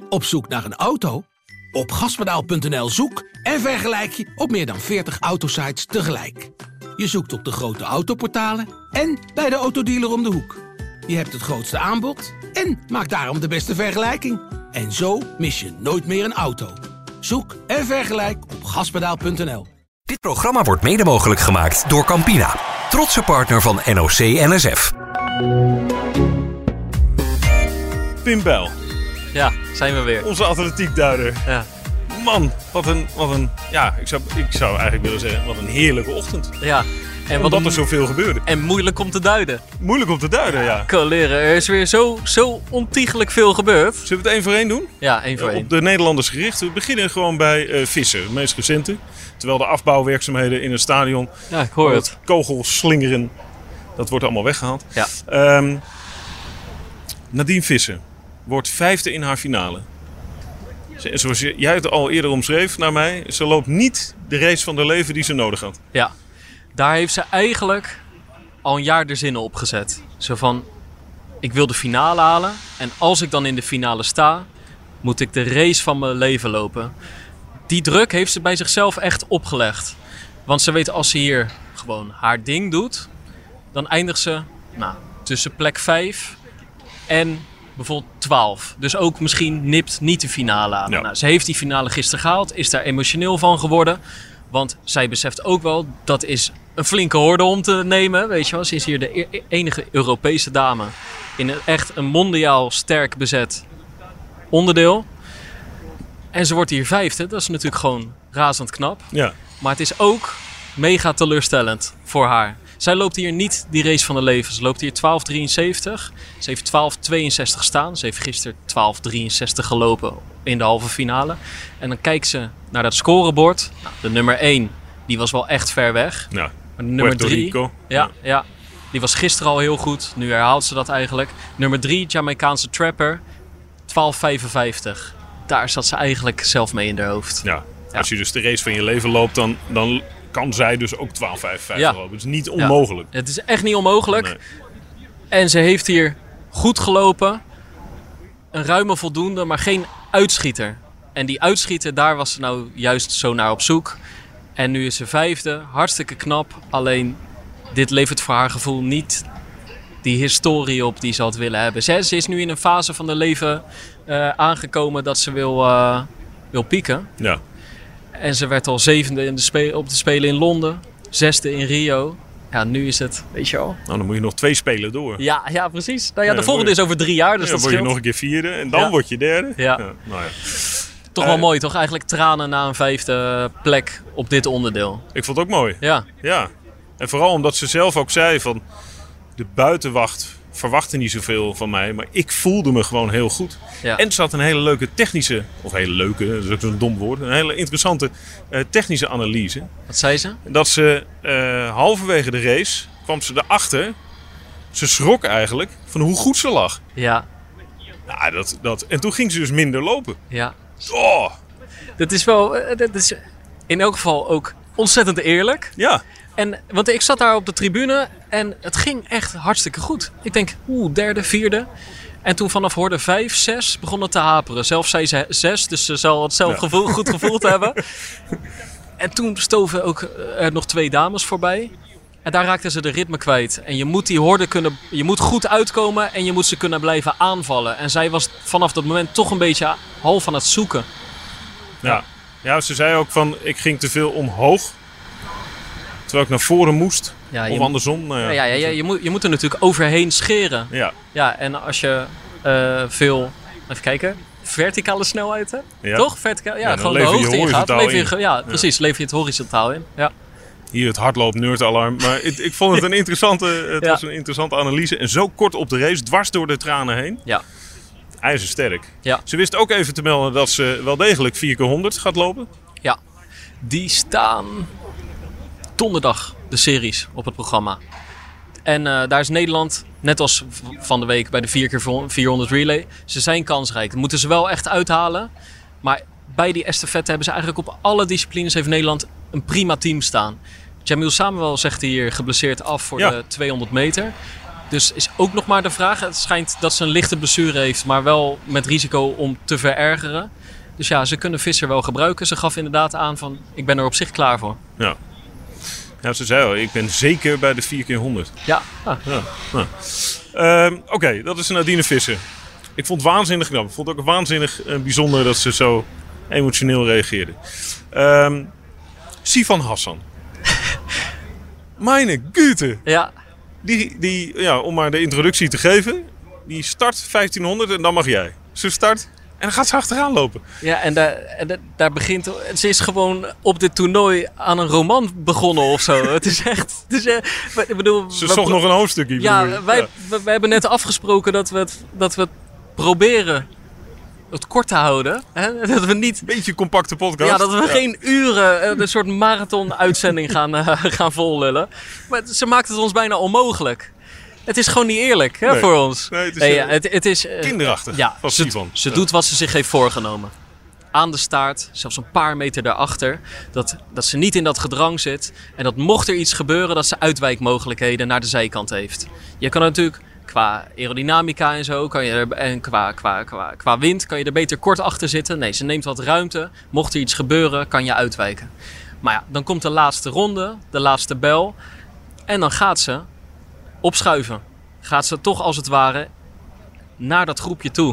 Op zoek naar een auto? Op gaspedaal.nl zoek en vergelijk je op meer dan 40 autosites tegelijk. Je zoekt op de grote autoportalen en bij de autodealer om de hoek. Je hebt het grootste aanbod en maakt daarom de beste vergelijking. En zo mis je nooit meer een auto. Zoek en vergelijk op gaspedaal.nl. Dit programma wordt mede mogelijk gemaakt door Campina, trotse partner van NOC-NSF. Pim Bijl. Ja, zijn we weer. Onze atletiekduider. Ja. Man, wat een ja, ik zou eigenlijk willen zeggen, wat een heerlijke ochtend. Ja. En omdat er zoveel gebeurde. En moeilijk om te duiden. Moeilijk om te duiden, ja. Coleren, er is weer zo ontiegelijk veel gebeurd. Zullen we het één voor één doen? Ja, één voor één. Op de Nederlanders gericht. We beginnen gewoon bij Visser, het meest recente. Terwijl de afbouwwerkzaamheden in het stadion... Ja, ik hoor het. Kogelslingeren, dat wordt allemaal weggehaald. Ja. Nadine Visser wordt 5e in haar finale. Zoals jij het al eerder omschreef naar mij, ze loopt niet de race van haar leven die ze nodig had. Ja, daar heeft ze eigenlijk al een jaar de zinnen op gezet. Zo van, ik wil de finale halen en als ik dan in de finale sta, moet ik de race van mijn leven lopen. Die druk heeft ze bij zichzelf echt opgelegd. Want ze weet, als ze hier gewoon haar ding doet, dan eindigt ze tussen plek 5 en bijvoorbeeld 12. Dus ook misschien nipt niet de finale aan. Ja. Ze heeft die finale gisteren gehaald, is daar emotioneel van geworden. Want zij beseft ook wel, dat is een flinke horde om te nemen. Weet je wel, ze is hier de enige Europese dame in echt een mondiaal sterk bezet onderdeel. En ze wordt hier 5e. Dat is natuurlijk gewoon razend knap. Ja. Maar het is ook mega teleurstellend voor haar. Zij loopt hier niet die race van haar leven. Ze loopt hier 12:73. Ze heeft 12:62 staan. Ze heeft gisteren 12:63 gelopen in de halve finale. En dan kijkt ze naar dat scorebord. Nou, de nummer 1, die was wel echt ver weg. Ja. Maar de nummer 3, Rico. ja, die was gisteren al heel goed. Nu herhaalt ze dat eigenlijk. Nummer 3, Jamaicaanse Trapper, 12:55. Daar zat ze eigenlijk zelf mee in haar hoofd. Ja. Als je dus de race van je leven loopt, dan kan zij dus ook 12:55 lopen. Het is niet onmogelijk. Ja, het is echt niet onmogelijk. Nee. En ze heeft hier goed gelopen. Een ruime voldoende, maar geen uitschieter. En die uitschieter, daar was ze nou juist zo naar op zoek. En nu is ze 5e. Hartstikke knap. Alleen, dit levert voor haar gevoel niet die historie op die ze had willen hebben. Ze is nu in een fase van haar leven aangekomen dat ze wil pieken. Ja. En ze werd al 7e op de Spelen in Londen. 6e in Rio. Ja, nu is het, weet je wel. Nou, dan moet je nog 2 spelen door. Ja, precies. Nou ja, de volgende is over 3 jaar, dus dan dat word je scheelt. nog een keer 4e en dan word je 3e. Ja. Nou ja. Toch wel mooi, toch? Eigenlijk tranen na een 5e plek op dit onderdeel. Ik vond het ook mooi. Ja. Ja. En vooral omdat ze zelf ook zei van... De buitenwacht verwachtte niet zoveel van mij, maar ik voelde me gewoon heel goed. Ja. En ze had een hele leuke technische... Of hele leuke, dat is ook zo'n dom woord. Een hele interessante technische analyse. Wat zei ze? Dat ze halverwege de race kwam ze erachter. Ze schrok eigenlijk van hoe goed ze lag. Ja. Ja, en toen ging ze dus minder lopen. Ja. Oh. Dat is wel... Dat is in elk geval ook ontzettend eerlijk. Ja. Want ik zat daar op de tribune en het ging echt hartstikke goed. Ik denk, 3e, 4e. En toen vanaf hoorde 5, 6 begon het te haperen. Zelf zei ze 6, dus ze zal het zelf goed gevoeld hebben. En toen stoven ook nog 2 dames voorbij. En daar raakten ze de ritme kwijt. En je moet die horde je moet goed uitkomen en je moet ze kunnen blijven aanvallen. En zij was vanaf dat moment toch een beetje half aan het zoeken. Ja, ze zei ook van, ik ging te veel omhoog. Terwijl ik naar voren moest. Ja, of andersom. Je moet er natuurlijk overheen scheren. Ja. Ja, en als je veel... Even kijken. Verticale snelheid hebt. Ja. Toch? Verticaal, ja, gewoon de hoogte in gaat. Precies. Lever je het horizontaal in. Ja. Hier het hardloop-nerdalarm. Maar ik vond het een interessante analyse. En zo kort op de race, dwars door de tranen heen. Ja. IJzersterk. Ja. Ze wist ook even te melden dat ze wel degelijk 4x100 gaat lopen. Ja. Die staan donderdag, de series, op het programma. En daar is Nederland, net als van de week bij de 4x400 relay, ze zijn kansrijk. Dat moeten ze wel echt uithalen. Maar bij die estafette hebben ze eigenlijk op alle disciplines heeft Nederland een prima team staan. Jamil Samuel zegt hier geblesseerd af voor de 200 meter. Dus is ook nog maar de vraag. Het schijnt dat ze een lichte blessure heeft, maar wel met risico om te verergeren. Dus ja, ze kunnen Visser wel gebruiken. Ze gaf inderdaad aan van, ik ben er op zich klaar voor. Ja. Ja, ze zei al, ik ben zeker bij de 4x100. Ja. Oké, dat is Nadine Visser. Ik vond het waanzinnig knap. Ik vond het ook waanzinnig bijzonder dat ze zo emotioneel reageerde. Sifan Hassan. Meine Güte. Ja. Die, om maar de introductie te geven. Die start 1500 en dan mag jij. Ze start en dan gaat ze achteraan lopen. Ja, en daar begint... Ze is gewoon op dit toernooi aan een roman begonnen of zo. Het is echt... ik bedoel, ze zocht nog een hoofdstukje. Ja, wij hebben net afgesproken dat we het proberen het kort te houden. Hè? Dat we niet... Beetje compacte podcast. Ja, dat we geen uren een soort marathon-uitzending gaan vollullen. Maar ze maakt het ons bijna onmogelijk. Het is gewoon niet eerlijk voor ons. Nee, het is kinderachtig. Ja, ze doet wat ze zich heeft voorgenomen. Aan de staart, zelfs een paar meter daarachter. Dat ze niet in dat gedrang zit. En dat mocht er iets gebeuren, dat ze uitwijkmogelijkheden naar de zijkant heeft. Je kan natuurlijk qua aerodynamica en zo, en qua wind, kan je er beter kort achter zitten. Nee, ze neemt wat ruimte. Mocht er iets gebeuren, kan je uitwijken. Maar ja, dan komt de laatste ronde, de laatste bel. En dan gaat ze opschuiven. Gaat ze toch als het ware naar dat groepje toe.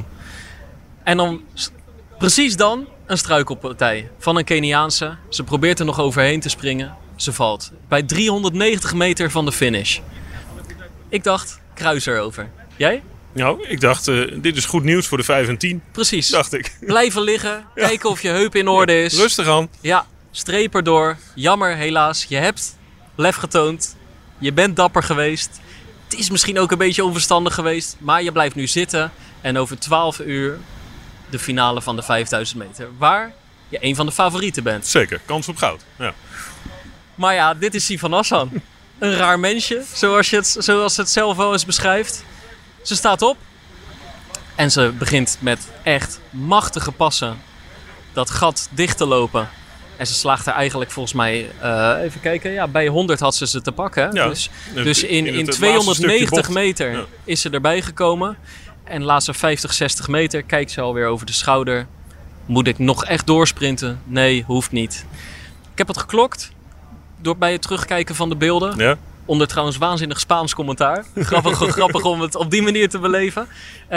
En dan, precies dan, een struikelpartij van een Keniaanse. Ze probeert er nog overheen te springen. Ze valt. Bij 390 meter van de finish. Ik dacht, kruis erover. Jij? Nou, ik dacht, dit is goed nieuws voor de 5 en 10. Precies. Dacht ik. Blijven liggen, kijken of je heup in orde is. Rustig aan. Ja, streep erdoor. Jammer, helaas. Je hebt lef getoond. Je bent dapper geweest. Het is misschien ook een beetje onverstandig geweest. Maar je blijft nu zitten. En over 12 uur de finale van de 5000 meter. Waar je een van de favorieten bent. Zeker, kans op goud. Ja. Maar ja, dit is Sifan Hassan. Een raar mensje, zoals het zelf wel eens beschrijft. Ze staat op. En ze begint met echt machtige passen dat gat dicht te lopen. En ze slaagt er eigenlijk volgens mij, even kijken, ja, bij 100 had ze te pakken. Ja, dus in 290 meter is ze erbij gekomen. En de laatste 50, 60 meter kijkt ze alweer over de schouder. Moet ik nog echt doorsprinten? Nee, hoeft niet. Ik heb het geklokt bij het terugkijken van de beelden. Ja. Onder trouwens waanzinnig Spaans commentaar. Grappig om het op die manier te beleven.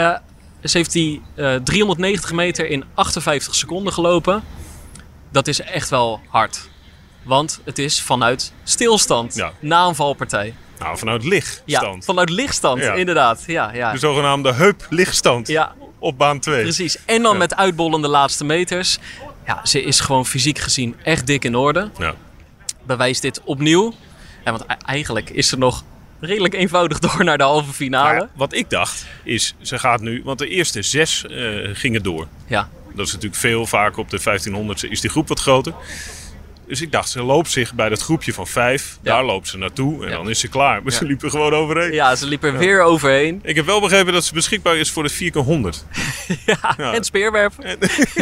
Ze heeft die 390 meter in 58 seconden gelopen. Dat is echt wel hard. Want het is vanuit stilstand. Na een valpartij. Nou, vanuit lichtstand. Ja, vanuit lichtstand, inderdaad. Ja. De zogenaamde heuplichtstand. Ja. Op baan 2. Precies. En dan met uitbollende laatste meters. Ja, ze is gewoon fysiek gezien echt dik in orde. Ja. Bewijst dit opnieuw. Ja, want eigenlijk is ze nog redelijk eenvoudig door naar de halve finale. Maar wat ik dacht is, ze gaat nu... Want de eerste 6 gingen door. Ja. Dat is natuurlijk veel. Vaak op de 1500 is die groep wat groter. Dus ik dacht, ze loopt zich bij dat groepje van 5. Ja. Daar loopt ze naartoe en dan is ze klaar. Maar ze liep er gewoon overheen. Ja, ze liep er weer overheen. Ik heb wel begrepen dat ze beschikbaar is voor de 4x100. Ja, en speerwerpen.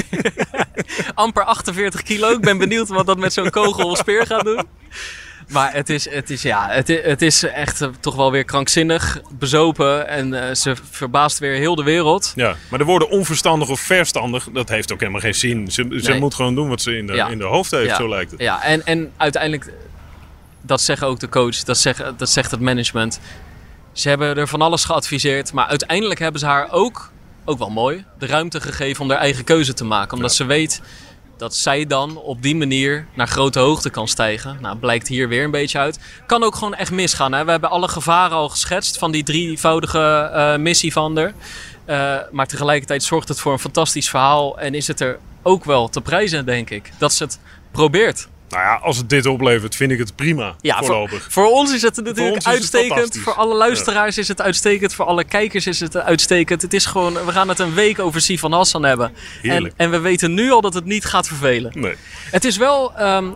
Amper 48 kilo. Ik ben benieuwd wat dat met zo'n kogel of speer gaat doen. Maar het is echt toch wel weer krankzinnig, bezopen en ze verbaast weer heel de wereld. Ja, maar de woorden onverstandig of verstandig, dat heeft ook helemaal geen zin. Ze moet gewoon doen wat ze in de hoofd heeft, zo lijkt het. Ja, en uiteindelijk, dat zeggen ook de coach, dat zegt het management. Ze hebben er van alles geadviseerd, maar uiteindelijk hebben ze haar ook wel mooi, de ruimte gegeven om haar eigen keuze te maken. Omdat ze weet dat zij dan op die manier naar grote hoogte kan stijgen. Nou, blijkt hier weer een beetje uit. Kan ook gewoon echt misgaan. Hè? We hebben alle gevaren al geschetst van die drievoudige missie van haar. Maar tegelijkertijd zorgt het voor een fantastisch verhaal. En is het er ook wel te prijzen, denk ik. Dat ze het probeert. Nou ja, als het dit oplevert, vind ik het prima. Ja, voorlopig. Voor ons is het natuurlijk uitstekend. Voor alle luisteraars is het uitstekend. Voor alle kijkers is het uitstekend. Het is gewoon, we gaan het een week over Sifan Hassan hebben. En we weten nu al dat het niet gaat vervelen. Nee. Het is wel,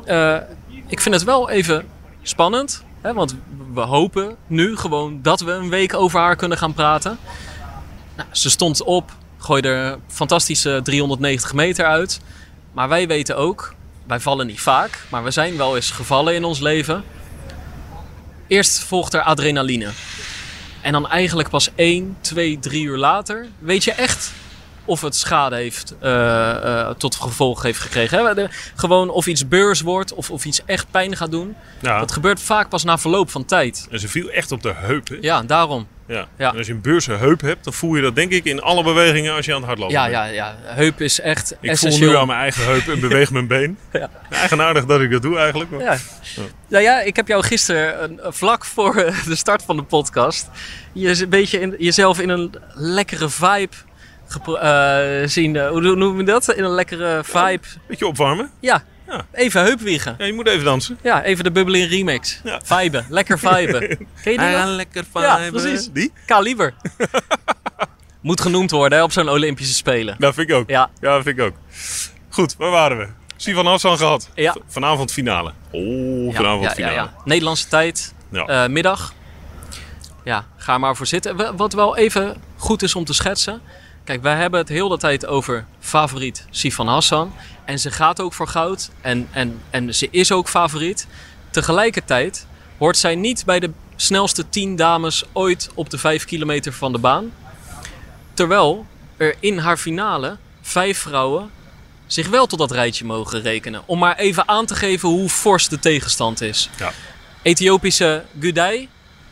ik vind het wel even spannend. Hè, want we hopen nu gewoon dat we een week over haar kunnen gaan praten. Nou, ze stond op, gooide er fantastische 390 meter uit. Maar wij weten ook, wij vallen niet vaak, maar we zijn wel eens gevallen in ons leven. Eerst volgt er adrenaline. En dan eigenlijk pas 1, 2, 3 uur later weet je echt of het schade heeft tot gevolg heeft gekregen. Hè? Gewoon of iets beurs wordt of iets echt pijn gaat doen. Ja. Dat gebeurt vaak pas na verloop van tijd. En ze viel echt op de heup. Hè? Ja, daarom. Ja. Ja. En als je een beurse heup hebt, dan voel je dat denk ik in alle bewegingen als je aan het hardlopen bent. Ja. Heup is echt Ik essentieel. voel nu aan mijn eigen heup en beweeg mijn been. Ja. Eigenaardig dat ik dat doe eigenlijk. Maar... Ja. Nou ja, ik heb jou gisteren, vlak voor de start van de podcast, een beetje jezelf in een lekkere vibe zien. Hoe noemen we dat? In een lekkere vibe. Beetje opwarmen. Ja, Ja. even heupwiegen. Ja, je moet even dansen. Ja, even de Bubbelin remix. Ja. Viben, lekker viben. Ken je die nog? Lekker Ja, precies. Die? Kaliber. Moet genoemd worden hè, op zo'n Olympische Spelen. Dat vind ik ook. Ja. Ja, dat vind ik ook. Goed, waar waren we? Sivan Hassan gehad. Ja. Vanavond finale. Oh, vanavond finale. Ja. Nederlandse tijd, Ja. middag. Ja, ga er maar voor zitten. Wat wel even goed is om te schetsen. Kijk, wij hebben het heel de tijd over favoriet Sivan Hassan. En ze gaat ook voor goud. En ze is ook favoriet. Tegelijkertijd hoort zij niet bij de snelste 10 dames ooit op de 5 kilometer van de baan. Terwijl er in haar finale 5 vrouwen zich wel tot dat rijtje mogen rekenen. Om maar even aan te geven hoe fors de tegenstand is. Ja. Ethiopische Gudai.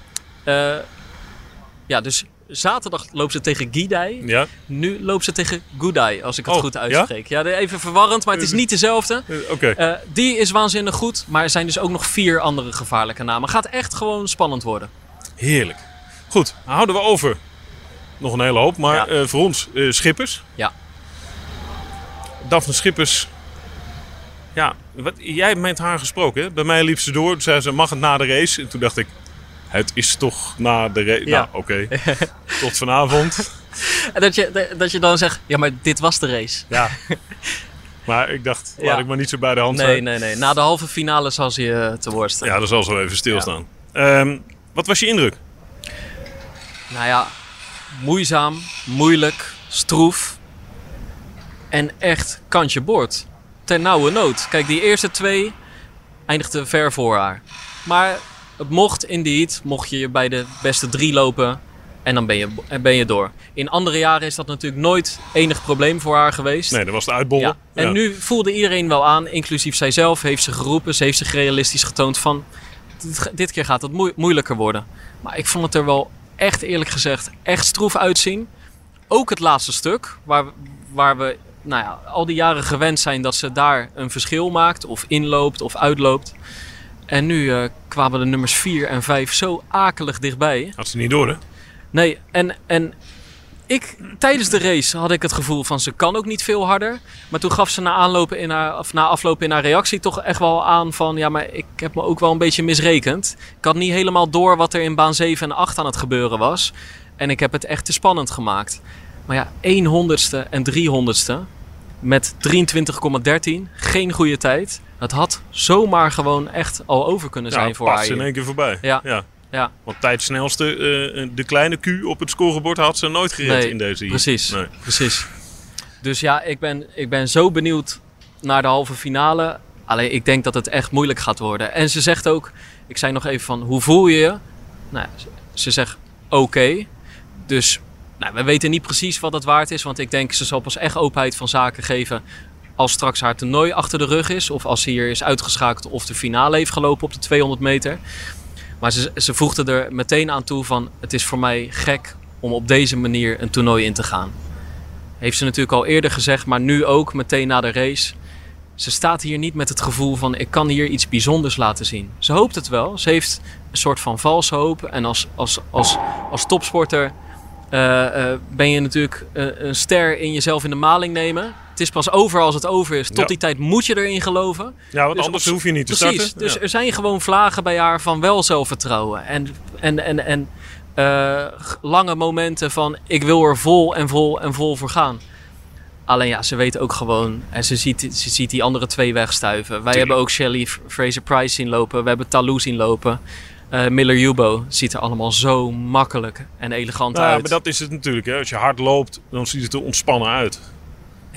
Dus zaterdag loopt ze tegen Gidai. Ja. Nu loopt ze tegen Gudai, als ik het Oh, goed uitspreek. Ja, even verwarrend, maar het is niet dezelfde. Oké. Die is waanzinnig goed, maar er zijn dus ook nog 4 andere gevaarlijke namen. Gaat echt gewoon spannend worden. Heerlijk. Goed, houden we over. Nog een hele hoop, maar Ja. voor ons Schippers. Ja. Daphne Schippers. Ja, jij hebt met haar gesproken. Hè? Bij mij liep ze door. Toen zei ze, mag het na de race? En toen dacht ik, het is toch na de race. Ja. Nou, oké. Tot vanavond. En dat je dan zegt, ja, maar dit was de race. Ja. Maar ik dacht, Ja. laat ik maar niet zo bij de hand zijn. Nee. Na de halve finale zal ze je te woord staan. Ja, dat zal zo even stilstaan. Wat was je indruk? Nou ja, moeizaam, moeilijk, stroef. En echt kantje boord. Ten nauwe nood. Kijk, die eerste 2 eindigden ver voor haar. Maar het mocht indeed, mocht je bij de beste 3 lopen en dan ben je door. In andere jaren is dat natuurlijk nooit enig probleem voor haar geweest. Nee, dat was de uitbollen. Ja. En nu voelde iedereen wel aan, inclusief zijzelf, heeft ze geroepen. Ze heeft zich realistisch getoond van, dit keer gaat het moeilijker worden. Maar ik vond het er wel echt eerlijk gezegd echt stroef uitzien. Ook het laatste stuk, waar we al die jaren gewend zijn dat ze daar een verschil maakt. Of inloopt of uitloopt. En nu kwamen de nummers 4 en 5 zo akelig dichtbij. Had ze niet door, hè? Nee, en tijdens de race had ik het gevoel van ze kan ook niet veel harder. Maar toen gaf ze na afloop in haar reactie toch echt wel aan van, ja, maar ik heb me ook wel een beetje misrekend. Ik had niet helemaal door wat er in baan 7 en 8 aan het gebeuren was. En ik heb het echt te spannend gemaakt. Maar ja, 100ste en 300ste met 23,13. Geen goede tijd. Het had zomaar gewoon echt al over kunnen zijn voor haar. Pas in één keer voorbij. Ja. Want tijdsnelste, de kleine Q op het scorebord had ze nooit gered in deze hier. Precies. Dus ja, ik ben zo benieuwd naar de halve finale. Alleen ik denk dat het echt moeilijk gaat worden. En ze zegt ook, ik zei nog even van, hoe voel je je? Nou, ze zegt oké. Dus we weten niet precies wat het waard is. Want ik denk, ze zal pas echt openheid van zaken geven als straks haar toernooi achter de rug is. Of als ze hier is uitgeschakeld of de finale heeft gelopen op de 200 meter. Maar ze voegde er meteen aan toe van, het is voor mij gek om op deze manier een toernooi in te gaan. Heeft ze natuurlijk al eerder gezegd, maar nu ook meteen na de race. Ze staat hier niet met het gevoel van, ik kan hier iets bijzonders laten zien. Ze hoopt het wel. Ze heeft een soort van valse hoop. En als topsporter ben je natuurlijk een ster in jezelf in de maling nemen. Het is pas over als het over is. Tot die tijd moet je erin geloven. Ja, want anders hoef je niet te starten. Precies. Dus er zijn gewoon vlagen bij haar van wel zelfvertrouwen. En lange momenten van ik wil er vol voor gaan. Alleen ja, ze weet ook gewoon... En ze ziet die andere 2 wegstuiven. Wij hebben ook Shelley Fraser-Pryce zien lopen. We hebben Talou zien lopen. Miller-Ubo ziet er allemaal zo makkelijk en elegant uit. Maar dat is het natuurlijk. Hè. Als je hard loopt, dan ziet het er ontspannen uit.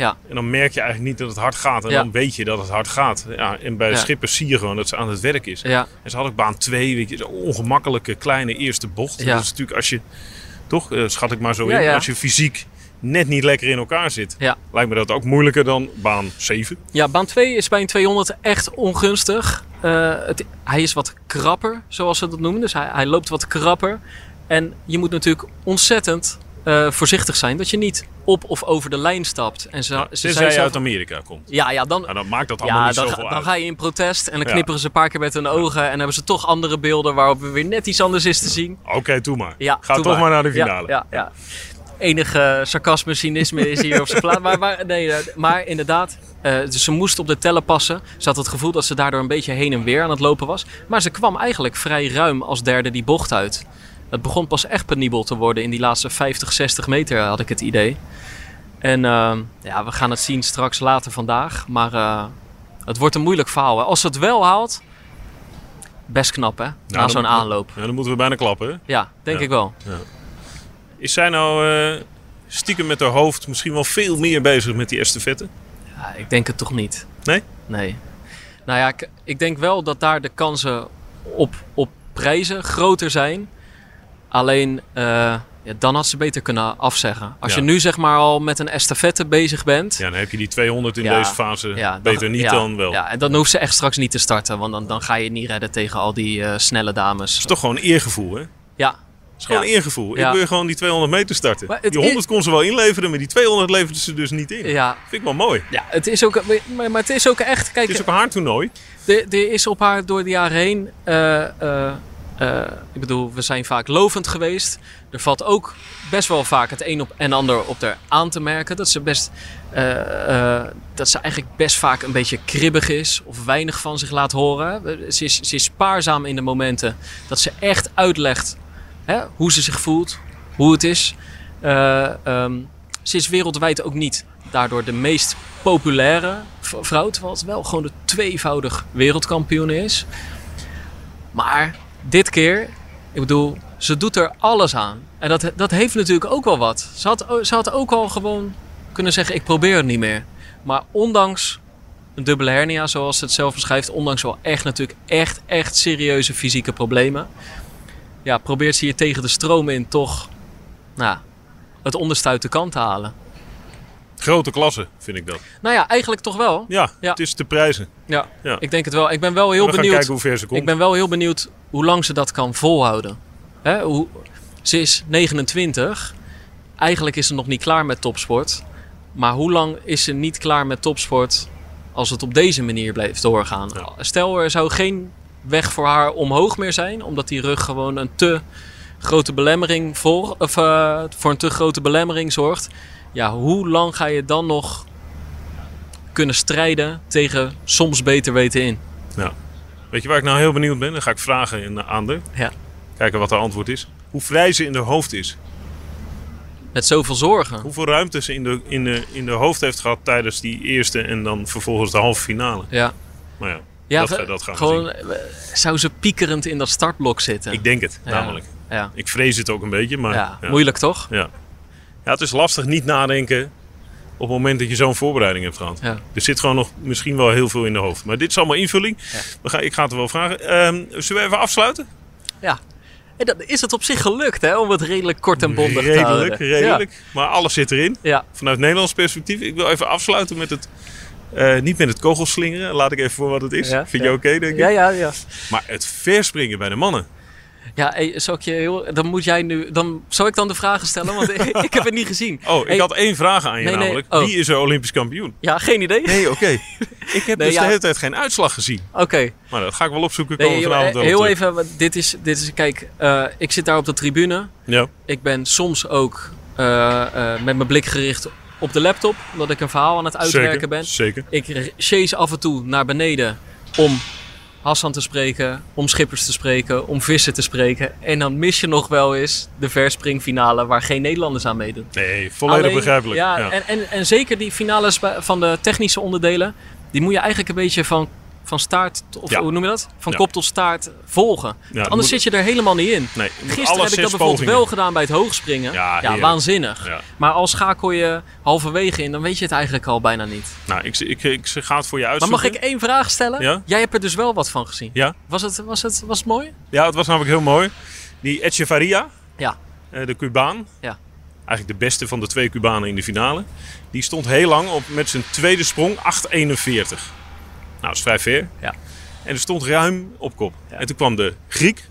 Ja. En dan merk je eigenlijk niet dat het hard gaat. En dan weet je dat het hard gaat. Ja, en bij Schippers zie je gewoon dat ze aan het werk is. Ja. En ze had ook baan 2, weet je, zo'n ongemakkelijke kleine eerste bocht. Ja. Dat is natuurlijk als je, toch, schat ik maar zo in, als je fysiek net niet lekker in elkaar zit. Ja. Lijkt me dat ook moeilijker dan baan 7. Ja, baan 2 is bij een 200 echt ongunstig. Hij is wat krapper, zoals ze dat noemen. Dus hij loopt wat krapper. En je moet natuurlijk ontzettend voorzichtig zijn dat je niet op of over de lijn stapt. En Tenzij je uit Amerika komt. Ja, dan maakt dat allemaal niet zoveel uit. Dan ga je in protest en dan knipperen ze een paar keer met hun ogen. En dan hebben ze toch andere beelden waarop weer net iets anders is te zien. Oké, doe maar. Ja, ga toch maar naar de finale. Ja. Enige sarcasme, cynisme is hier op zijn plaats. Maar inderdaad, dus ze moest op de tellen passen. Ze had het gevoel dat ze daardoor een beetje heen en weer aan het lopen was. Maar ze kwam eigenlijk vrij ruim als derde die bocht uit. Het begon pas echt penibel te worden in die laatste 50, 60 meter, had ik het idee. En we gaan het zien straks later vandaag. Maar het wordt een moeilijk verhaal. Hè. Als ze het wel haalt, best knap hè, na zo'n aanloop. Ja, dan moeten we bijna klappen hè? Ja, denk ik wel. Ja. Is zij nou stiekem met haar hoofd misschien wel veel meer bezig met die estafette? Ja, ik denk het toch niet. Nee? Nee. Nou ja, ik denk wel dat daar de kansen op prijzen groter zijn. Alleen, dan had ze beter kunnen afzeggen. Als je nu zeg maar al met een estafette bezig bent. Ja, dan heb je die 200 in deze fase beter niet dan wel. Ja, en dan hoeft ze echt straks niet te starten. Want dan ga je het niet redden tegen al die snelle dames. Het is toch gewoon eergevoel hè? Ja. Het is gewoon eergevoel. Ik wil gewoon die 200 meter starten. Die 100 kon ze wel inleveren, maar die 200 leverde ze dus niet in. Ja. Vind ik wel mooi. Ja, het is ook, maar het is ook echt... Kijk, het is ook haar toernooi. Er is op haar door de jaren heen... ik bedoel, we zijn vaak lovend geweest. Er valt ook best wel vaak het een op en ander op haar aan te merken. Dat ze eigenlijk best vaak een beetje kribbig is. Of weinig van zich laat horen. Ze is spaarzaam in de momenten dat ze echt uitlegt... hoe ze zich voelt, hoe het is. Ze is wereldwijd ook niet daardoor de meest populaire vrouw. Terwijl het wel gewoon de tweevoudig wereldkampioen is. Maar dit keer, ik bedoel, ze doet er alles aan. En dat heeft natuurlijk ook wel wat. Ze had ook al gewoon kunnen zeggen, ik probeer het niet meer. Maar ondanks een dubbele hernia, zoals ze het zelf beschrijft. Ondanks wel echt natuurlijk echt serieuze fysieke problemen. Ja, probeert ze hier tegen de stroom in toch het onderste uit de kant te halen. Grote klasse, vind ik dat. Nou ja, eigenlijk toch wel. Ja. Het is te prijzen. Ja, ik denk het wel. Ik ben wel heel benieuwd. Kijken hoe ver ze komt. Ik ben wel heel benieuwd hoe lang ze dat kan volhouden. Ze is 29. Eigenlijk is ze nog niet klaar met topsport. Maar hoe lang is ze niet klaar met topsport als het op deze manier blijft doorgaan? Ja. Stel, er zou geen weg voor haar omhoog meer zijn, omdat die rug gewoon een te grote belemmering voor een te grote belemmering zorgt. Ja, hoe lang ga je dan nog kunnen strijden tegen soms beter weten in? Ja. Weet je waar ik nou heel benieuwd ben? Dan ga ik vragen aan de. Ja. Kijken wat haar antwoord is. Hoe vrij ze in haar hoofd is. Met zoveel zorgen. Hoeveel ruimte ze in de hoofd heeft gehad tijdens die eerste en dan vervolgens de halve finale. Ja. Maar dat gaan we gewoon, zien. Zou ze piekerend in dat startblok zitten? Ik denk het, namelijk. Ja. Ik vrees het ook een beetje. Maar, moeilijk toch? Ja, het is lastig niet nadenken op het moment dat je zo'n voorbereiding hebt gehad. Ja. Er zit gewoon nog misschien wel heel veel in de hoofd. Maar dit is allemaal invulling. Ja. Ik ga het er wel vragen. Zullen we even afsluiten? Ja. En dan is het op zich gelukt hè, om het redelijk kort en bondig te houden. Redelijk. Ja. Maar alles zit erin. Ja. Vanuit Nederlands perspectief. Ik wil even afsluiten met het... niet met het kogelslingeren. Laat ik even voor wat het is. Ja, Vind je oké, denk ik? Ja. Maar het verspringen bij de mannen. Ja, zal ik dan de vragen stellen? Want ik heb het niet gezien. Ik had 1 vraag aan je namelijk. Wie is er Olympisch kampioen? Ja, geen idee. Nee, oké. Ik heb de hele tijd geen uitslag gezien. Oké. Maar dat ga ik wel opzoeken. Vanavond wel heel even, dit is kijk, ik zit daar op de tribune. Ja. Ik ben soms ook met mijn blik gericht op de laptop. Omdat ik een verhaal aan het uitwerken ben. Zeker. Ik chase af en toe naar beneden om Hassan te spreken, om Schippers te spreken, om Visser te spreken. En dan mis je nog wel eens de verspringfinale waar geen Nederlanders aan meedoen. Nee, volledig begrijpelijk. Ja. En zeker die finales van de technische onderdelen, die moet je eigenlijk een beetje van van staart, of Ja. hoe noem je dat? Van Ja. kop tot staart volgen. Ja, Anders zit je er helemaal niet in. Nee, Gisteren heb ik dat bijvoorbeeld wel gedaan bij het hoogspringen. Ja, heerlijk. Waanzinnig. Ja. Maar al schakel je halverwege in, dan weet je het eigenlijk al bijna niet. Nou, ik ga het voor je Maar uitzoeken. mag ik één vraag stellen? Ja? Jij hebt er dus wel wat van gezien. Ja? Was het mooi? Ja, het was namelijk heel mooi. Die Echevarria, Ja. de Cubaan, Ja. eigenlijk de beste van de 2 Cubanen in de finale. Die stond heel lang op met zijn tweede sprong 8,41. Nou, dat is vrij ver. Ja. En er stond ruim op kop. Ja. En toen kwam de Griek,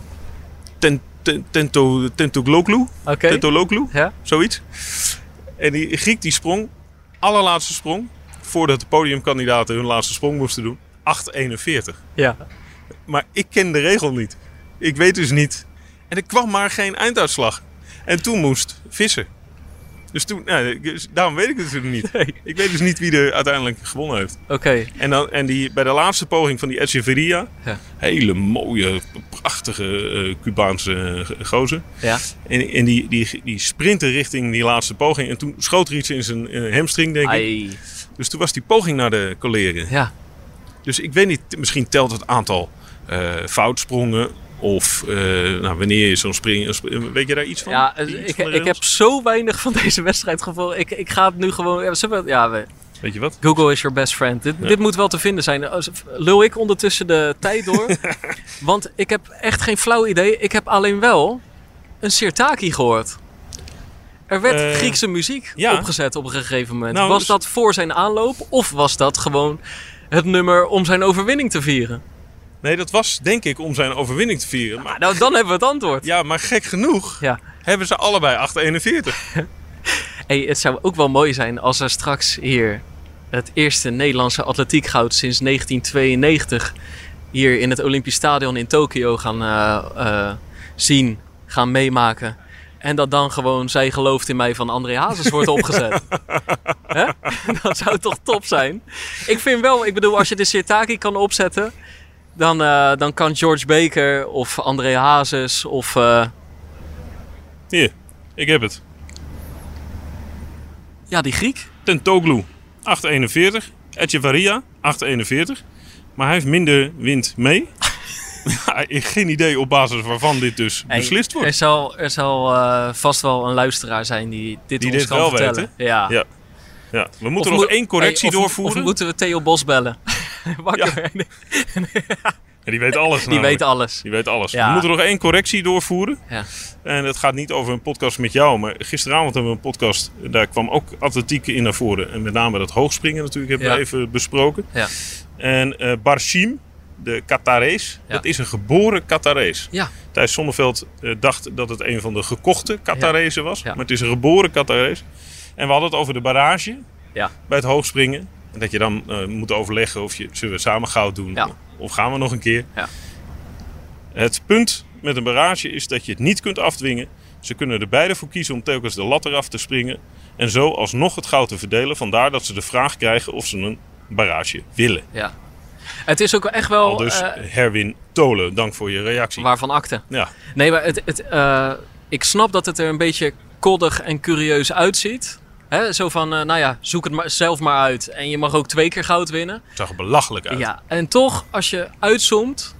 Tentoglou, Oké. Tentologlu, Ja. zoiets. En die Griek die sprong, allerlaatste sprong, voordat de podiumkandidaten hun laatste sprong moesten doen, 8,41. Ja. Maar ik ken de regel niet. Ik weet dus niet. En er kwam maar geen einduitslag. En toen moest Visser. Dus toen, daarom weet ik het natuurlijk niet. Nee. Ik weet dus niet wie er uiteindelijk gewonnen heeft. Oké. En die, bij de laatste poging van die Echevarria, Ja. hele mooie, prachtige Cubaanse gozer. Ja. En die sprintte richting die laatste poging. En toen schoot er iets in zijn hamstring, denk ik. Ai. Dus toen was die poging naar de coleren. Ja. Dus ik weet niet, misschien telt het aantal foutsprongen. Of wanneer je zo'n weet je daar iets van? Ja, Iets van de ik heb regels? zo weinig van deze wedstrijd gevoeld. Ik ga het nu gewoon... Weet je wat? Google is your best friend. Dit moet wel te vinden zijn. Lul ik ondertussen de tijd door? Want ik heb echt geen flauw idee. Ik heb alleen wel een Sirtaki gehoord. Er werd Griekse muziek ja. opgezet op een gegeven moment. Nou, was dus- dat voor zijn aanloop? Of was dat gewoon het nummer om zijn overwinning te vieren? Nee, dat was denk ik om zijn overwinning te vieren. Maar, Nou, dan hebben we het antwoord. ja, maar gek genoeg Ja. hebben ze allebei 8,41. Hey, het zou ook wel mooi zijn als er straks hier het eerste Nederlandse atletiekgoud sinds 1992 hier in het Olympisch Stadion in Tokio gaan meemaken. En dat dan gewoon Zij gelooft in mij van André Hazes wordt opgezet. Hè? Dat zou toch top zijn? Ik bedoel, als je de Sirtaki kan opzetten, dan kan George Baker of André Hazes of... Hier, ik heb het. ja, die Griek. Tentoglu 8,41. Echevarria 8,41. Maar hij heeft minder wind mee. Ja, ik heb geen idee op basis waarvan dit dus beslist wordt. Er zal vast wel een luisteraar zijn die dit Die ons dit kan wel vertellen. weten. Ja. Ja. Ja, we moeten nog één correctie doorvoeren. Of moeten we Theo Bos bellen? Wakker. Ja, die weet alles. Die weet alles. Die weet alles. Ja. We moeten nog één correctie doorvoeren. Ja. En het gaat niet over een podcast met jou. Maar gisteravond hebben we een podcast. Daar kwam ook atletiek in naar voren. En met name dat hoogspringen natuurlijk hebben we even besproken. Ja. En Barshim, de Qatarees, Ja. dat is een geboren Qatarees. Ja. Thijs Zonneveld dacht dat het een van de gekochte Qatarezen was. Ja. Maar het is een geboren Qatarees. En we hadden het over de barrage Ja. bij het hoogspringen. En dat je dan moet overleggen of zullen we samen goud doen Ja. of gaan we nog een keer. Ja. Het punt met een barrage is dat je het niet kunt afdwingen. Ze kunnen er beide voor kiezen om telkens de lat eraf te springen. En zo alsnog het goud te verdelen. Vandaar dat ze de vraag krijgen of ze een barrage willen. Ja. Het is ook echt wel... Al dus Herwin Tolen, dank voor je reactie. waarvan akte. Ja, Nee, maar ik snap dat het er een beetje koddig en curieus uitziet. Hè? Zo van, zoek het maar zelf maar uit. En je mag ook 2 keer goud winnen. het zag er belachelijk uit. Ja, en toch, als je uitzoomt,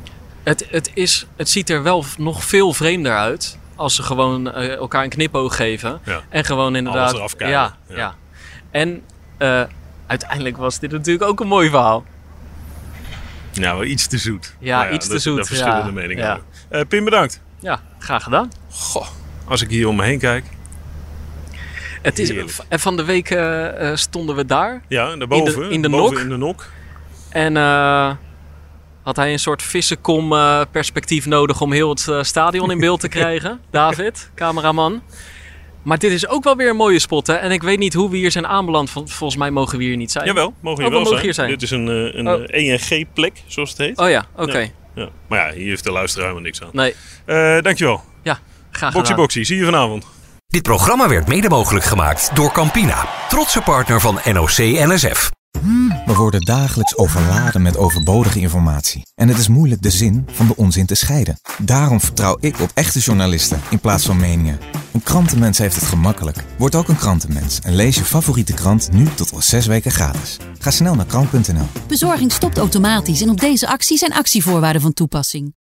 het ziet er wel nog veel vreemder uit. Als ze gewoon elkaar een knipoog geven. Ja. En gewoon inderdaad... eraf kijken. Ja. En uiteindelijk was dit natuurlijk ook een mooi verhaal. Nou, iets te zoet. Ja, Maar iets te daar- zoet, Daar verschillende ja. meningen Ja. over. Pim, bedankt. Ja, graag gedaan. Goh, als ik hier om me heen kijk. Het is, Heerlijk. van de week stonden we daar. Ja, daarboven. in de boven nok. in de nok. En had hij een soort vissenkom perspectief nodig om heel het stadion in beeld te krijgen. David, cameraman. Maar dit is ook wel weer een mooie spot, hè? En ik weet niet hoe we hier zijn aanbeland. Volgens mij mogen we hier niet zijn. Jawel, mogen Oh, hier we wel mogen zijn. hier zijn. Dit is een ENG-plek, zoals het heet. Oh ja, oké. Ja. Ja. Maar ja, hier heeft de luisteraar helemaal niks aan. Nee, Dankjewel. ja, graag Boxy gedaan. Boxy, zie je vanavond. Dit programma werd mede mogelijk gemaakt door Campina, trotse partner van NOC-NSF. We worden dagelijks overladen met overbodige informatie. En het is moeilijk de zin van de onzin te scheiden. Daarom vertrouw ik op echte journalisten in plaats van meningen. Een krantenmens heeft het gemakkelijk. Word ook een krantenmens en lees je favoriete krant nu tot al 6 weken gratis. Ga snel naar krant.nl. Bezorging stopt automatisch en op deze actie zijn actievoorwaarden van toepassing.